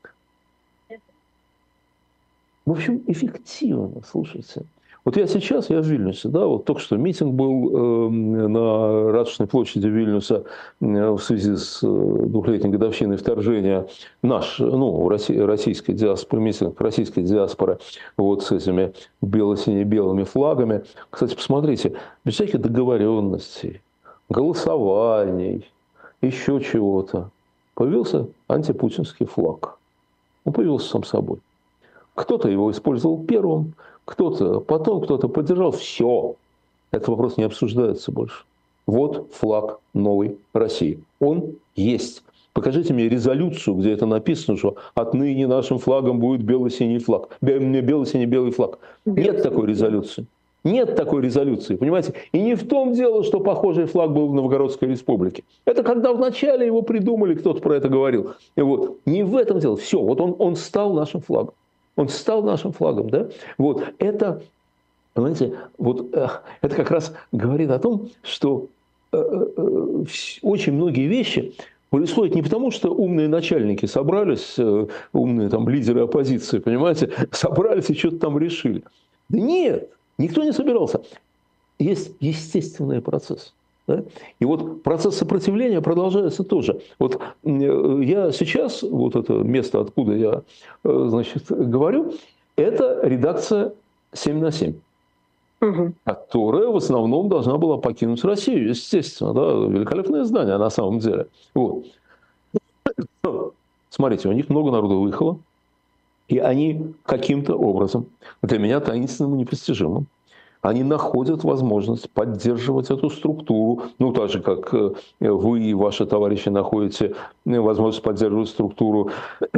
в общем, эффективно, слушайте. Вот я сейчас, я в Вильнюсе, да, вот только что митинг был э, на Ратушной площади Вильнюса э, в связи с э, двухлетней годовщиной вторжения наш, ну, Росси, российской диаспоры, митинг российской диаспоры, вот с этими бело-сине-белыми флагами. Кстати, посмотрите, без всяких договоренностей, голосований, еще чего-то, появился антипутинский флаг. Он появился сам собой. Кто-то его использовал первым, кто-то потом, кто-то поддержал. Все. Этот вопрос не обсуждается больше. Вот флаг новой России. Он есть. Покажите мне резолюцию, где это написано, что отныне нашим флагом будет бело-синий флаг. Бело-синий-белый флаг. Нет такой резолюции. Нет такой резолюции, понимаете? И не в том дело, что похожий флаг был в Новгородской республике. Это когда вначале его придумали, кто-то про это говорил. И вот. Не в этом дело. Все, вот он, он стал нашим флагом. Он стал нашим флагом, да? Вот это, понимаете, вот э, это как раз говорит о том, что э, э, очень многие вещи происходят не потому, что умные начальники собрались, э, умные там лидеры оппозиции, понимаете, собрались и что-то там решили. Да нет, никто не собирался. Есть естественный процесс. Да? И вот процесс сопротивления продолжается тоже. Вот я сейчас, вот это место, откуда я, значит, говорю, это редакция семь на семь, угу. которая в основном должна была покинуть Россию, естественно. Да? Великолепное здание на самом деле. Вот. Смотрите, у них много народу выехало, и они каким-то образом, для меня таинственным и непостижимым, они находят возможность поддерживать эту структуру, ну, так же, как вы и ваши товарищи находите возможность поддерживать структуру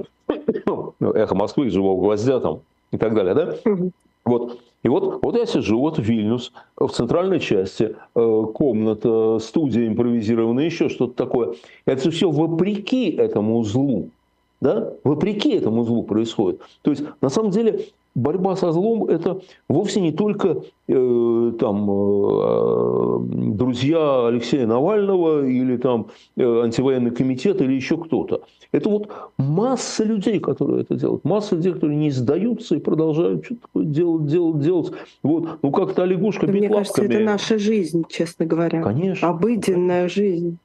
«Эхо Москвы», «Живого гвоздя» там, и так далее, да? Вот. И вот, вот я сижу, вот Вильнюс, в центральной части, э, комната, студия импровизированная, еще что-то такое. Это все вопреки этому злу. Да? Вопреки этому злу происходит. То есть, на самом деле, борьба со злом – это вовсе не только э, там, э, друзья Алексея Навального или там, э, антивоенный комитет или еще кто-то. Это вот масса людей, которые это делают. Масса людей, которые не сдаются и продолжают что-то такое делать, делать, делать. Вот. Ну, как-то лягушка бить Мне кажется, лапками. это наша жизнь, честно говоря. Конечно. Обыденная жизнь.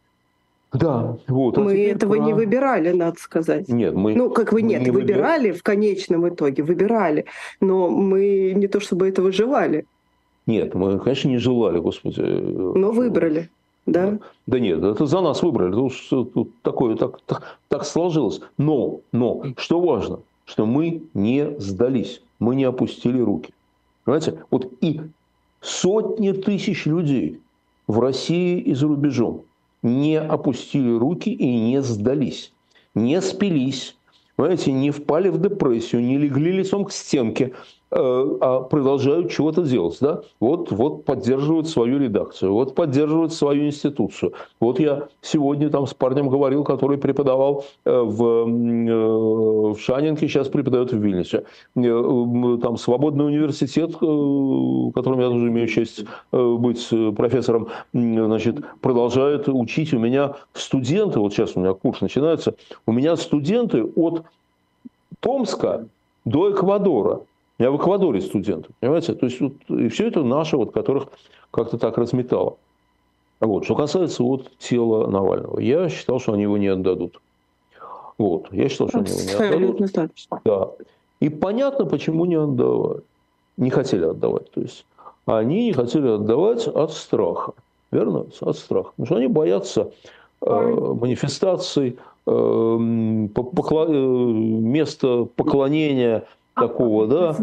Да, вот. А Мы этого про... не выбирали, надо сказать. Нет, мы... Ну, как вы, мы нет, не выбирали выбир... в конечном итоге, выбирали. Но мы не то чтобы этого желали. Нет, мы, конечно, не желали, Господи. Но выбрали, да? Да нет, это за нас выбрали. Тут, тут такое, так, так, так сложилось. Но, но, что важно, что мы не сдались, мы не опустили руки. Понимаете? Вот и сотни тысяч людей в России и за рубежом не опустили руки и не сдались, не спились, понимаете, не впали в депрессию, не легли лицом к стенке, а продолжают чего-то делать. Да? Вот, вот поддерживают свою редакцию, вот поддерживают свою институцию. Вот я сегодня там с парнем говорил, который преподавал в, в Шанинке, сейчас преподает в Вильнюсе. Там свободный университет, которым я тоже имею честь быть профессором, значит, продолжает учить. У меня студенты, вот сейчас у меня курс начинается, у меня студенты от Томска до Эквадора. Я в Эквадоре студент, понимаете? То есть, вот, и все это наше, вот, которых как-то так разметало. Вот. Что касается вот, тела Навального, я считал, что они его не отдадут. Вот. Я считал, что они его не отдадут. Да. И понятно, почему не отдавали. Не хотели отдавать. То есть, они не хотели отдавать от страха. Верно? От страха. Потому что они боятся э, манифестаций, э, покла... места поклонения такого, да,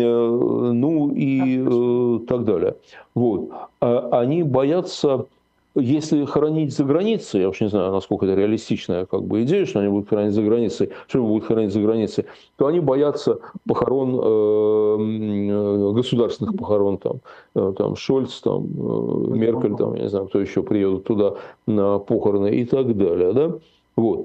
ну и э, так далее. Вот. А они боятся, если хоронить за границей, я уж не знаю, насколько это реалистичная как бы идея, что они будут хоронить за границей, что будут хоронить за границей, то они боятся похорон, э, государственных похорон, там, э, там Шольц, там, э, Меркель, там, я не знаю, кто еще приедут туда на похороны и так далее, да. Вот.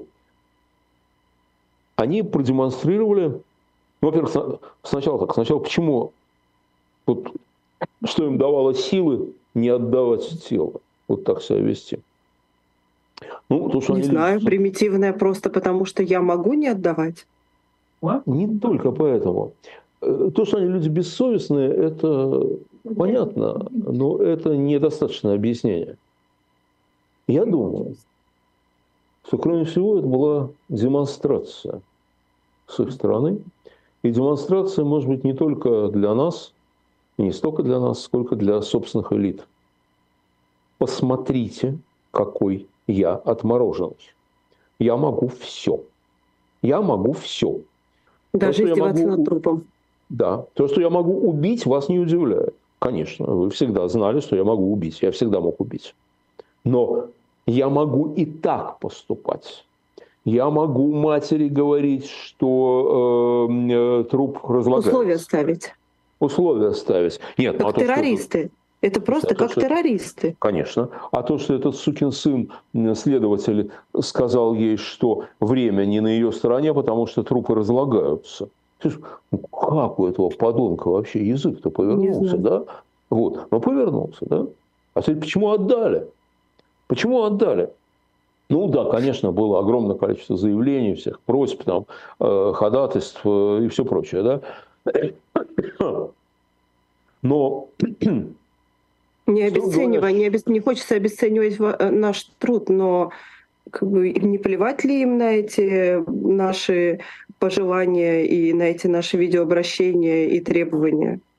Они продемонстрировали. Во-первых, сначала так. Сначала почему? Вот, что им давало силы не отдавать тело? Вот так себя вести. Ну, то, что не они знаю, люди... примитивное просто потому, что я могу не отдавать. Не только поэтому. То, что они люди бессовестные, это понятно, но это недостаточное объяснение. Я думаю, что, кроме всего, это была демонстрация с их стороны. И демонстрация может быть не только для нас, не столько для нас, сколько для собственных элит. Посмотрите, какой я отмороженный. Я могу все. Я могу все. Даже то, издеваться могу... над трупом. Да. То, что я могу убить, вас не удивляет. Конечно, вы всегда знали, что я могу убить. Я всегда мог убить. Но я могу и так поступать. Я могу матери говорить, что э, э, труп разлагается. Условия ставить. Условия ставить. Нет, как а то, террористы. Что... Это просто а то, как что... террористы. Конечно. А то, что этот сукин сын, следователь, сказал ей, что время не на ее стороне, потому что трупы разлагаются. Ну, как у этого подонка вообще язык-то повернулся, да? Вот. Ну, повернулся, да? А теперь почему отдали? Почему отдали? Ну да, конечно, было огромное количество заявлений, всех просьб, там, э, ходатайств э, и все прочее, да. Но не обесценивая, не, обесц... не хочется обесценивать наш труд, но как бы не плевать ли им на эти наши пожелания и на эти наши видеообращения и требования?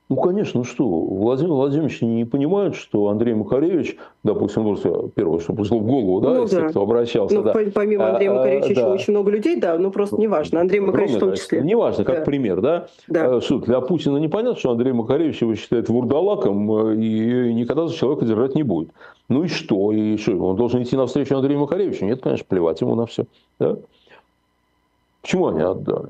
Ну, конечно, ну что, Владимир Владимирович не понимает, что Андрей Макаревич, допустим, просто первое, что пришло в голову, да, Ну из тех, да. кто обращался, Ну, да, помимо Андрея а, а, Макаревича еще да, очень много людей, да, ну просто неважно. Андрей Макаревич в огромное том количество, числе. неважно, как Да, пример, да, да. А, что для Путина непонятно, что Андрей Макаревич его считает вурдалаком э, и никогда за человека держать не будет. Ну и что? И что, он должен идти навстречу Андрею Макаревичу? Нет, конечно, плевать ему на все. Да? Почему они отдали?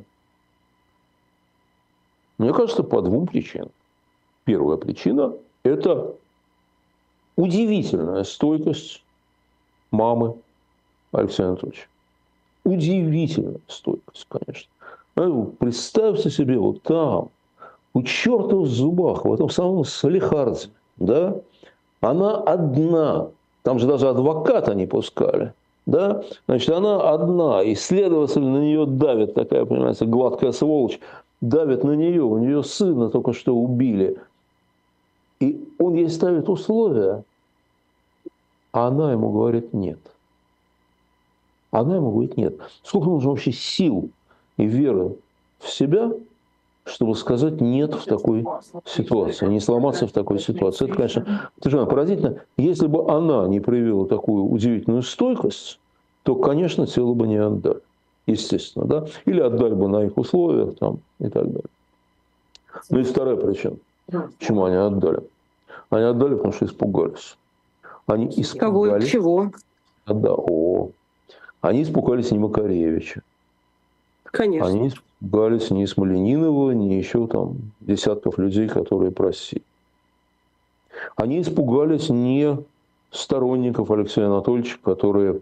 Мне кажется, по двум причинам. Первая причина – это удивительная стойкость мамы Алексея Анатольевича. Удивительная стойкость, конечно. Ну, представьте себе, вот там, у черта в зубах, в этом самом Салихарде, да, она одна, там же даже адвоката не пускали, да, значит, она одна, и следователь на нее давит, такая, понимаете, гладкая сволочь, давит на нее, у нее сына только что убили, и он ей ставит условия, а она ему говорит нет. Она ему говорит нет. Сколько нужно вообще сил и веры в себя, чтобы сказать нет в такой ситуации, не сломаться в такой ситуации. Это, конечно, совершенно поразительно. Если бы она не проявила такую удивительную стойкость, то, конечно, тело бы не отдали. Естественно, да? Или отдали бы на их условиях там, и так далее. Но есть вторая причина. Почему они отдали? Они отдали, потому что испугались. Они испугались. Кого и чего? Да, о. Они испугались не Макаревича. Конечно. Они испугались ни Смольянинова, ни еще там десятков людей, которые просили. Они испугались не сторонников Алексея Анатольевича, которые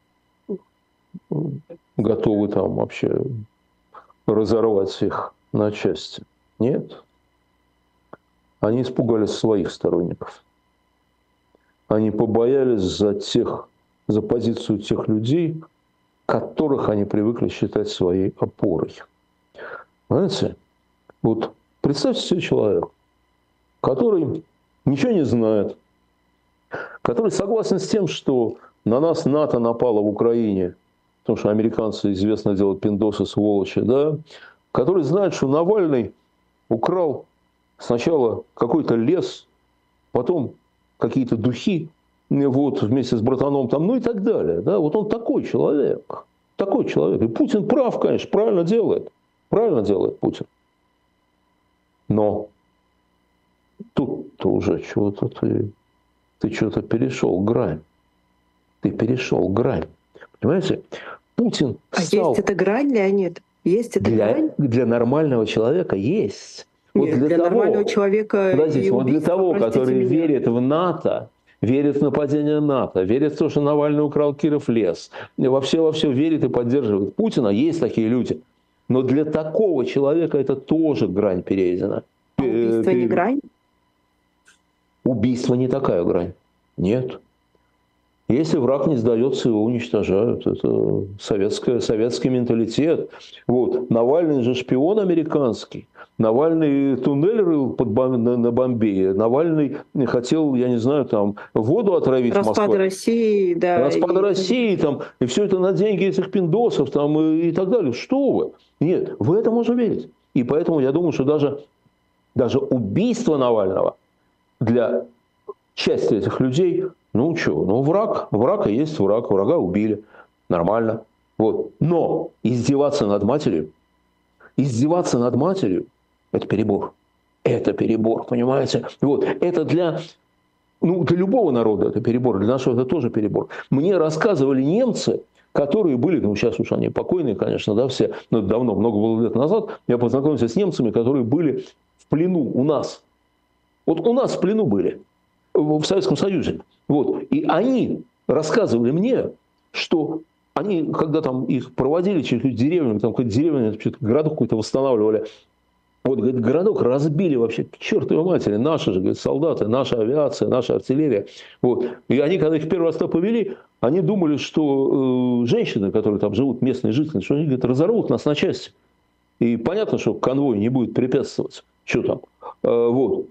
готовы там вообще разорвать их на части. Нет. Они испугались своих сторонников. Они побоялись за тех, за позицию тех людей, которых они привыкли считать своей опорой. Знаете, вот представьте себе человека, который ничего не знает, который согласен с тем, что на нас НАТО напало в Украине, потому что американцы, известно, делают пиндосы, сволочи, да, который знает, что Навальный украл сначала какой-то лес, потом какие-то духи, вот, вместе с братаном там, ну и так далее. Да? Вот он такой человек. Такой человек. И Путин прав, конечно, правильно делает. Правильно делает Путин. Но тут-то уже чего-то ты, ты что-то перешел грань. Ты перешел грань. Понимаете? Путин стал... А есть эта грань, Леонид? Есть эта для, грань? для нормального человека есть. Вот Нет, для, для того, нормального человека подождите, и вот для убийство, того, который меня. верит в НАТО, верит в нападение НАТО, верит в то, что Навальный украл Киров лес, вообще во все верит и поддерживает Путина, есть такие люди. Но для такого человека это тоже грань перейдена. А убийство не грань? Убийство не такая грань. Нет. Если враг не сдается, его уничтожают. Это советское, советский менталитет. Вот. Навальный же шпион американский. Навальный туннель рыл под бом... на, на Бомбее. Навальный хотел, я не знаю, там воду отравить в Москве. Распад России, да. Распад и... России, там, и все это на деньги этих пиндосов там, и, и так далее. Что вы? Нет, в это можно верить. И поэтому я думаю, что даже, даже убийство Навального для части этих людей, ну что, ну враг, враг и есть враг, врага убили, нормально. Вот. Но издеваться над матерью, издеваться над матерью, это перебор. Это перебор, понимаете? Вот. Это для, ну, для любого народа это перебор, для нашего это тоже перебор. Мне рассказывали немцы, которые были, ну сейчас уж они покойные, конечно, да, все, но это давно, много было лет назад, я познакомился с немцами, которые были в плену у нас. Вот у нас в плену были. В Советском Союзе. Вот. И они рассказывали мне, что они, когда там их проводили через деревню, там какая-то деревня, городок какой-то восстанавливали, вот, говорит, городок разбили вообще к чертовой матери, наши же, говорит, солдаты, наша авиация, наша артиллерия. Вот. И они, когда их первый раз туда повели, они думали, что э, женщины, которые там живут, местные жители, что они, говорит, разорвут нас на части. И понятно, что конвой не будет препятствовать. Что там? Э, вот.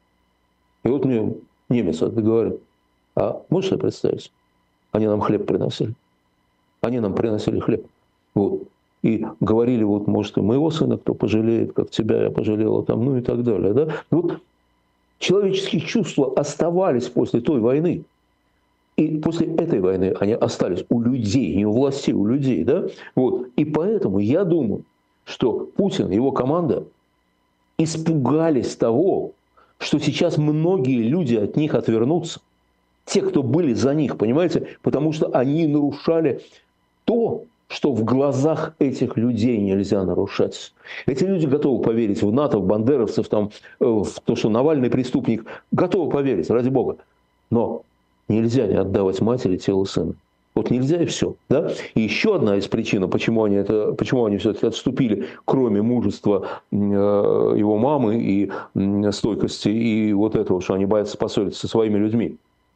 И вот мне немец это говорит. А можешь себе представить? Они нам хлеб приносили. Они нам приносили хлеб. Вот. и говорили, вот, может, и моего сына кто пожалеет, как тебя я пожалела, там, ну и так далее. Да? Вот человеческие чувства оставались после той войны. И после этой войны они остались у людей, не у властей, у людей. Да? Вот. И поэтому я думаю, что Путин, его команда испугались того, что сейчас многие люди от них отвернутся. Те, кто были за них, понимаете? Потому что они нарушали то, что в глазах этих людей нельзя нарушать. Эти люди готовы поверить в НАТО, в бандеровцев, там, в то, что Навальный преступник. Готовы поверить, ради бога. Но нельзя не отдавать матери тело сына. Вот нельзя и все. Да? И еще одна из причин, почему они, это, почему они все-таки отступили, кроме мужества э, его мамы и э, стойкости, и вот этого, что они боятся поссориться со своими людьми.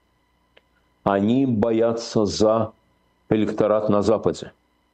Они боятся за электорат на Западе.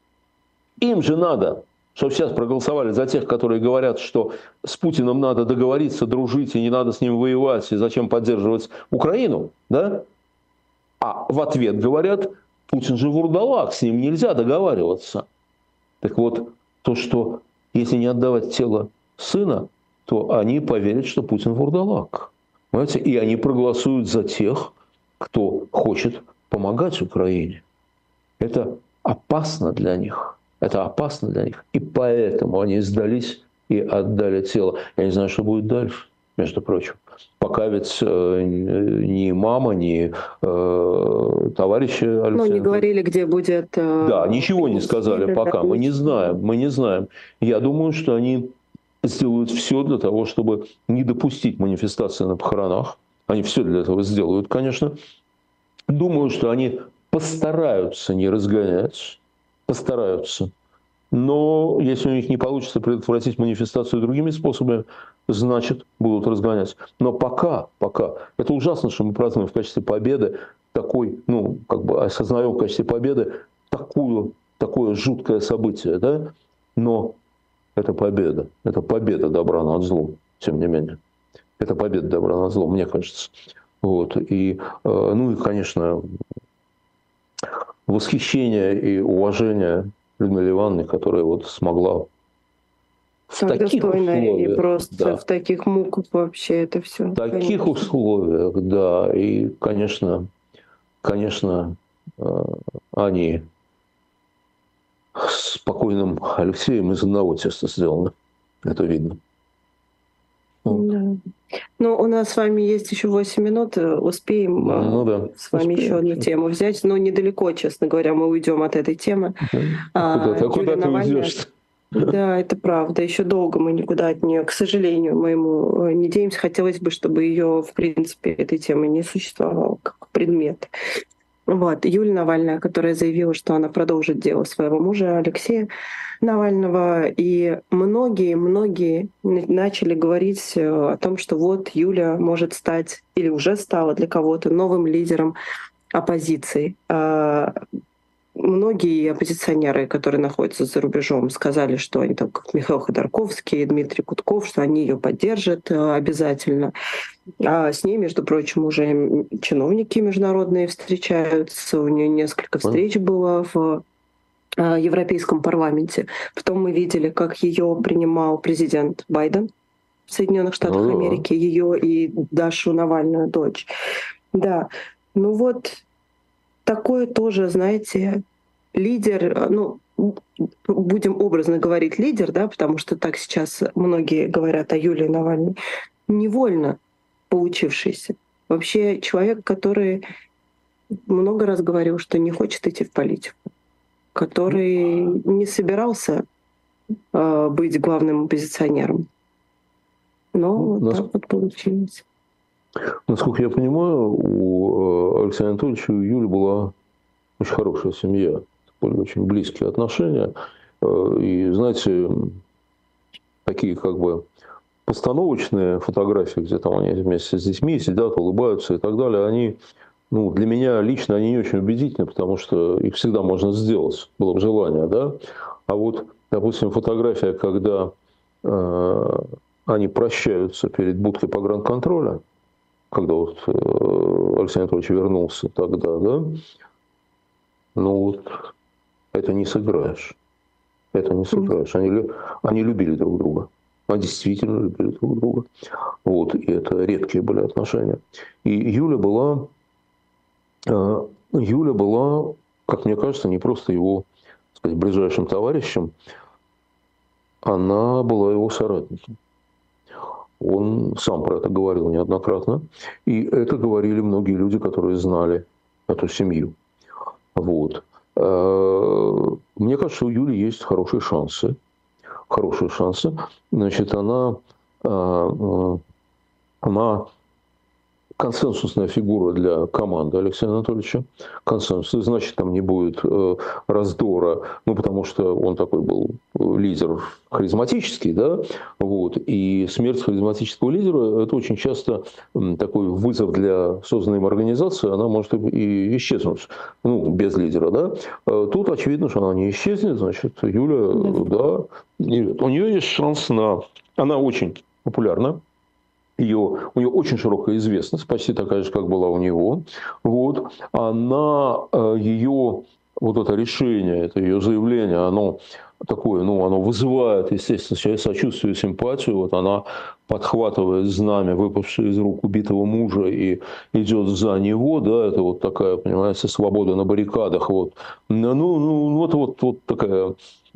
Им же надо, чтобы сейчас проголосовали за тех, которые говорят, что с Путиным надо договориться, дружить, и не надо с ним воевать, и зачем поддерживать Украину. Да? А в ответ говорят, Путин же вурдалак, с ним нельзя договариваться. Так вот, то, что если не отдавать тело сына, то они поверят, что Путин вурдалак. Понимаете? И они проголосуют за тех, кто хочет помогать Украине. Это опасно для них. Это опасно для них. И поэтому они сдались и отдали тело. Я не знаю, что будет дальше, между прочим. Пока ведь э, ни мама, ни э, товарищи Александр... Ну, не говорили, где будет... Э, да, ничего не сказали пока. Мы не знаем. Мы не знаем. Я думаю, что они сделают все для того, чтобы не допустить манифестации на похоронах. Они все для этого сделают, конечно. Думаю, что они постараются не разгонять. Постараются. Но если у них не получится предотвратить манифестацию другими способами, значит, будут разгонять. Но пока, пока, это ужасно, что мы празднуем в качестве победы такой, ну, как бы осознаем в качестве победы такую, такое жуткое событие, да? Но это победа. Это победа добра над злом, тем не менее. Это победа добра над злом, мне кажется. Вот. И, ну и, конечно, восхищение и уважение Людмиле Ивановне, которая вот смогла в так таких условиях, и просто да, в таких муках вообще это все. В таких конечно. условиях, да, и, конечно, конечно, они с покойным Алексеем из одного теста сделаны, это видно. Да. Ну, у нас с вами есть еще восемь минут, успеем ну, да. с вами успеем. еще одну тему взять, но недалеко, честно говоря, мы уйдем от этой темы. А куда, а куда ты Навальная... уйдешь? Да, это правда. Еще долго мы никуда от нее, к сожалению, моему не денемся. Хотелось бы, чтобы ее, в принципе, этой темы не существовало как предмет. Вот. Юлия Навальная, которая заявила, что она продолжит дело своего мужа Алексея Навального. И многие-многие начали говорить о том, что вот Юля может стать или уже стала для кого-то новым лидером оппозиции. Многие оппозиционеры, которые находятся за рубежом, сказали, что они там, как Михаил Ходорковский, Дмитрий Гудков, что они ее поддержат обязательно. А с ней, между прочим, уже чиновники международные встречаются. У нее несколько встреч было в Европейском парламенте. Потом мы видели, как ее принимал президент Байден в Соединенных Штатах Америки, ее и Дашу Навальную, дочь. Да, ну вот такое тоже, знаете, лидер, ну, будем образно говорить лидер, да, потому что так сейчас многие говорят о Юлии Навальной, невольно получившийся. Вообще человек, который много раз говорил, что не хочет идти в политику, который не собирался э, быть главным оппозиционером. Но ну, вот нас... так вот получилось. Насколько я понимаю, у Алексея Анатольевича и у Юли была очень хорошая семья, были очень близкие отношения. И, знаете, такие как бы постановочные фотографии, где там они вместе с детьми сидят, улыбаются и так далее, они, ну, для меня лично они не очень убедительны, потому что их всегда можно сделать, было бы желание, да. А вот, допустим, фотография, когда э, они прощаются перед будкой погранконтроля, когда вот Алексей Анатольевич вернулся тогда, да, ну вот это не сыграешь. Это не сомневаюсь. Они, они любили друг друга. Они действительно любили друг друга. Вот, и это редкие были отношения. И Юля была, Юля была, как мне кажется, не просто его, так сказать, ближайшим товарищем, она была его соратником. Он сам про это говорил неоднократно. И это говорили многие люди, которые знали эту семью. Вот. Мне кажется, что у Юли есть хорошие шансы. Хорошие шансы. Значит, она, она консенсусная фигура для команды Алексея Анатольевича. Консенсус. Значит, там не будет э, раздора, ну, потому что он такой был лидер харизматический, да, вот, и смерть харизматического лидера – это очень часто такой вызов для созданной им организации, она может и исчезнуть, ну, без лидера, да. Тут очевидно, что она не исчезнет, значит, Юля, да, нет. У нее есть шанс на… Она очень популярна. Ее, у нее очень широкая известность, почти такая же, как была у него. Вот. Она, ее вот это решение, это ее заявление, оно такое, ну, оно вызывает, естественно, сочувствие, симпатию. Вот она подхватывает знамя, выпавшее из рук убитого мужа, и идет за него, да, это вот такая, понимаете, свобода на баррикадах. Вот. Ну, ну, вот, вот, вот такая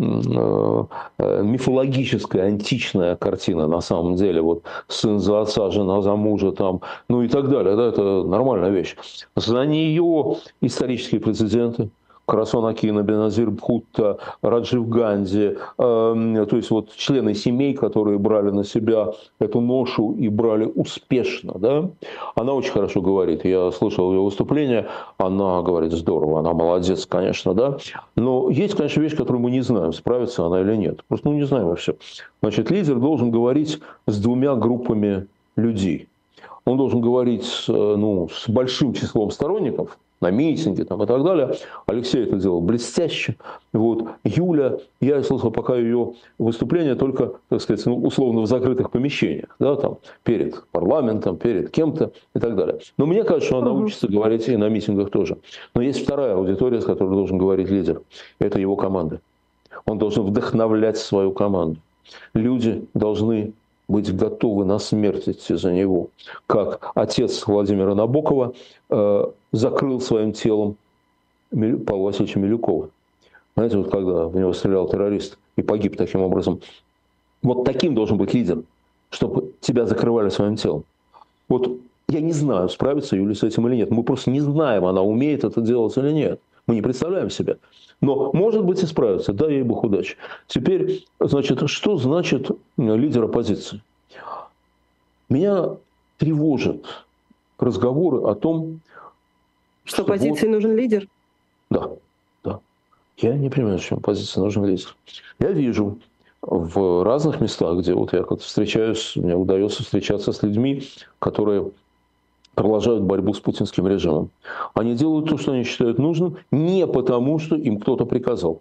мифологическая, античная картина, на самом деле, вот сын за отца, жена за мужа, там, ну и так далее, да, это нормальная вещь. За нее исторические прецеденты, Карасан Акина, Беназир Бхутта, Раджив Ганди, э, то есть вот члены семей, которые брали на себя эту ношу и брали успешно, да. Она очень хорошо говорит, я слышал ее выступление, она говорит здорово, она молодец, конечно, да, но есть, конечно, вещь, которую мы не знаем, справится она или нет, просто ну, не знаем и все. Значит, лидер должен говорить с двумя группами людей. Он должен говорить ну, с большим числом сторонников, на митинге там, и так далее. Алексей это делал блестяще. Вот. Юля, я слышал пока ее выступление только, так сказать, ну, условно в закрытых помещениях, да, там, перед парламентом, перед кем-то и так далее. Но мне кажется, что она учится говорить и на митингах тоже. Но есть вторая аудитория, с которой должен говорить лидер. Это его команда. Он должен вдохновлять свою команду. Люди должны быть готовы на смерть идти за него. Как отец Владимира Набокова э, закрыл своим телом Павла Васильевича Милюкова. Знаете, вот когда в него стрелял террорист и погиб таким образом. Вот таким должен быть лидер, чтобы тебя закрывали своим телом. Вот я не знаю, справится Юля с этим или нет. Мы просто не знаем, она умеет это делать или нет. Мы не представляем себя. Но, может быть, и справится. Да, ей бог удачи. Теперь, значит, что значит лидер оппозиции? Меня тревожат разговоры о том, что, что оппозиции вот... нужен лидер? Да, да. Я не понимаю, зачем оппозиции нужен лидер. Я вижу в разных местах, где вот я как-то встречаюсь, мне удается встречаться с людьми, которые продолжают борьбу с путинским режимом. Они делают то, что они считают нужным, не потому, что им кто-то приказал.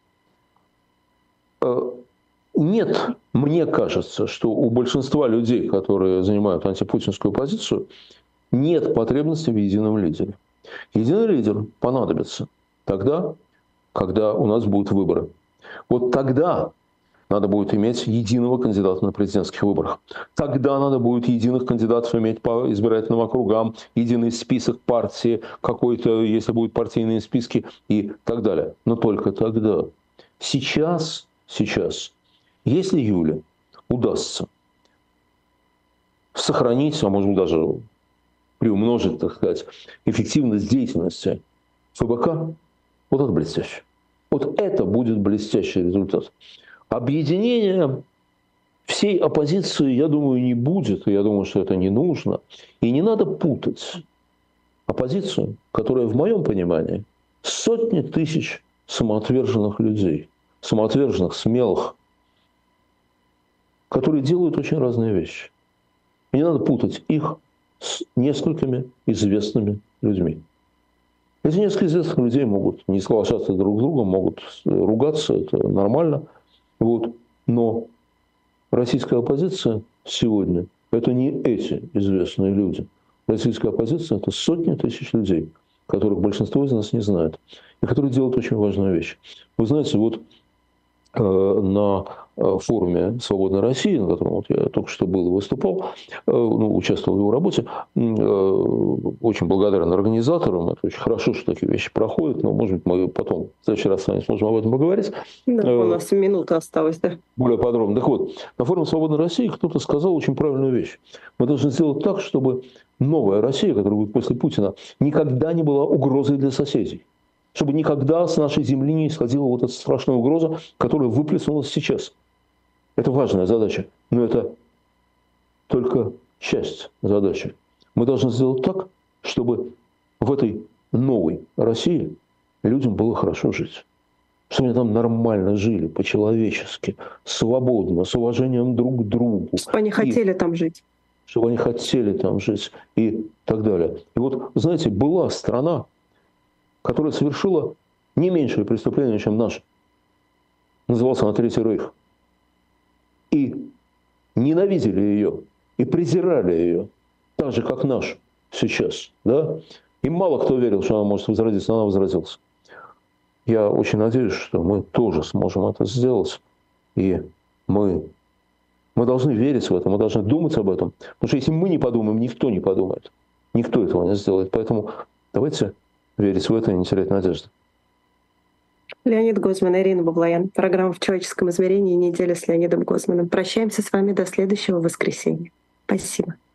Нет, мне кажется, что у большинства людей, которые занимают антипутинскую позицию, нет потребности в едином лидере. Единый лидер понадобится тогда, когда у нас будут выборы. Вот тогда надо будет иметь единого кандидата на президентских выборах. Тогда надо будет единых кандидатов иметь по избирательным округам, единый список партии, какой-то, если будут партийные списки и так далее. Но только тогда. Сейчас, сейчас, если Юле удастся сохранить, а может быть даже приумножить, так сказать, эффективность деятельности ФБК, вот это блестяще. Вот это будет блестящий результат. Объединения всей оппозиции, я думаю, не будет. И я думаю, что это не нужно. И не надо путать оппозицию, которая, в моем понимании, сотни тысяч самоотверженных людей, самоотверженных, смелых, которые делают очень разные вещи. И не надо путать их с несколькими известными людьми. Эти несколько известных людей могут не соглашаться друг с другом, могут ругаться, это нормально. Вот. Но российская оппозиция сегодня – это не эти известные люди. Российская оппозиция – это сотни тысяч людей, которых большинство из нас не знает, и которые делают очень важную вещь. Вы знаете, вот на форуме «Свободной России», на котором вот я только что был и выступал, ну, участвовал в его работе. Очень благодарен организаторам. Это очень хорошо, что такие вещи проходят. Но, может быть, мы потом в следующий раз с вами сможем об этом поговорить. Да, у нас минута осталась, да. Более подробно. Так вот, на форуме «Свободной России» кто-то сказал очень правильную вещь. Мы должны сделать так, чтобы новая Россия, которая будет после Путина, никогда не была угрозой для соседей. Чтобы никогда с нашей земли не исходила вот эта страшная угроза, которая выплеснулась сейчас. Это важная задача, но это только часть задачи. Мы должны сделать так, чтобы в этой новой России людям было хорошо жить. Чтобы они там нормально жили, по-человечески, свободно, с уважением друг к другу. Чтобы они хотели там жить. Чтобы они хотели там жить и так далее. И вот, знаете, была страна, которая совершила не меньшее преступление, чем наша. Назывался она Третий Рейх. И ненавидели ее, и презирали ее, так же, как наш сейчас. Да? И мало кто верил, что она может возродиться, но она возродилась. Я очень надеюсь, что мы тоже сможем это сделать. И мы, мы должны верить в это, мы должны думать об этом. Потому что если мы не подумаем, никто не подумает. Никто этого не сделает. Поэтому давайте верить в это и не терять надежды. Леонид Гозман, Ирина Баблоян. Программа «В человеческом измерении. Неделя с Леонидом Гозманом». Прощаемся с вами до следующего воскресенья. Спасибо.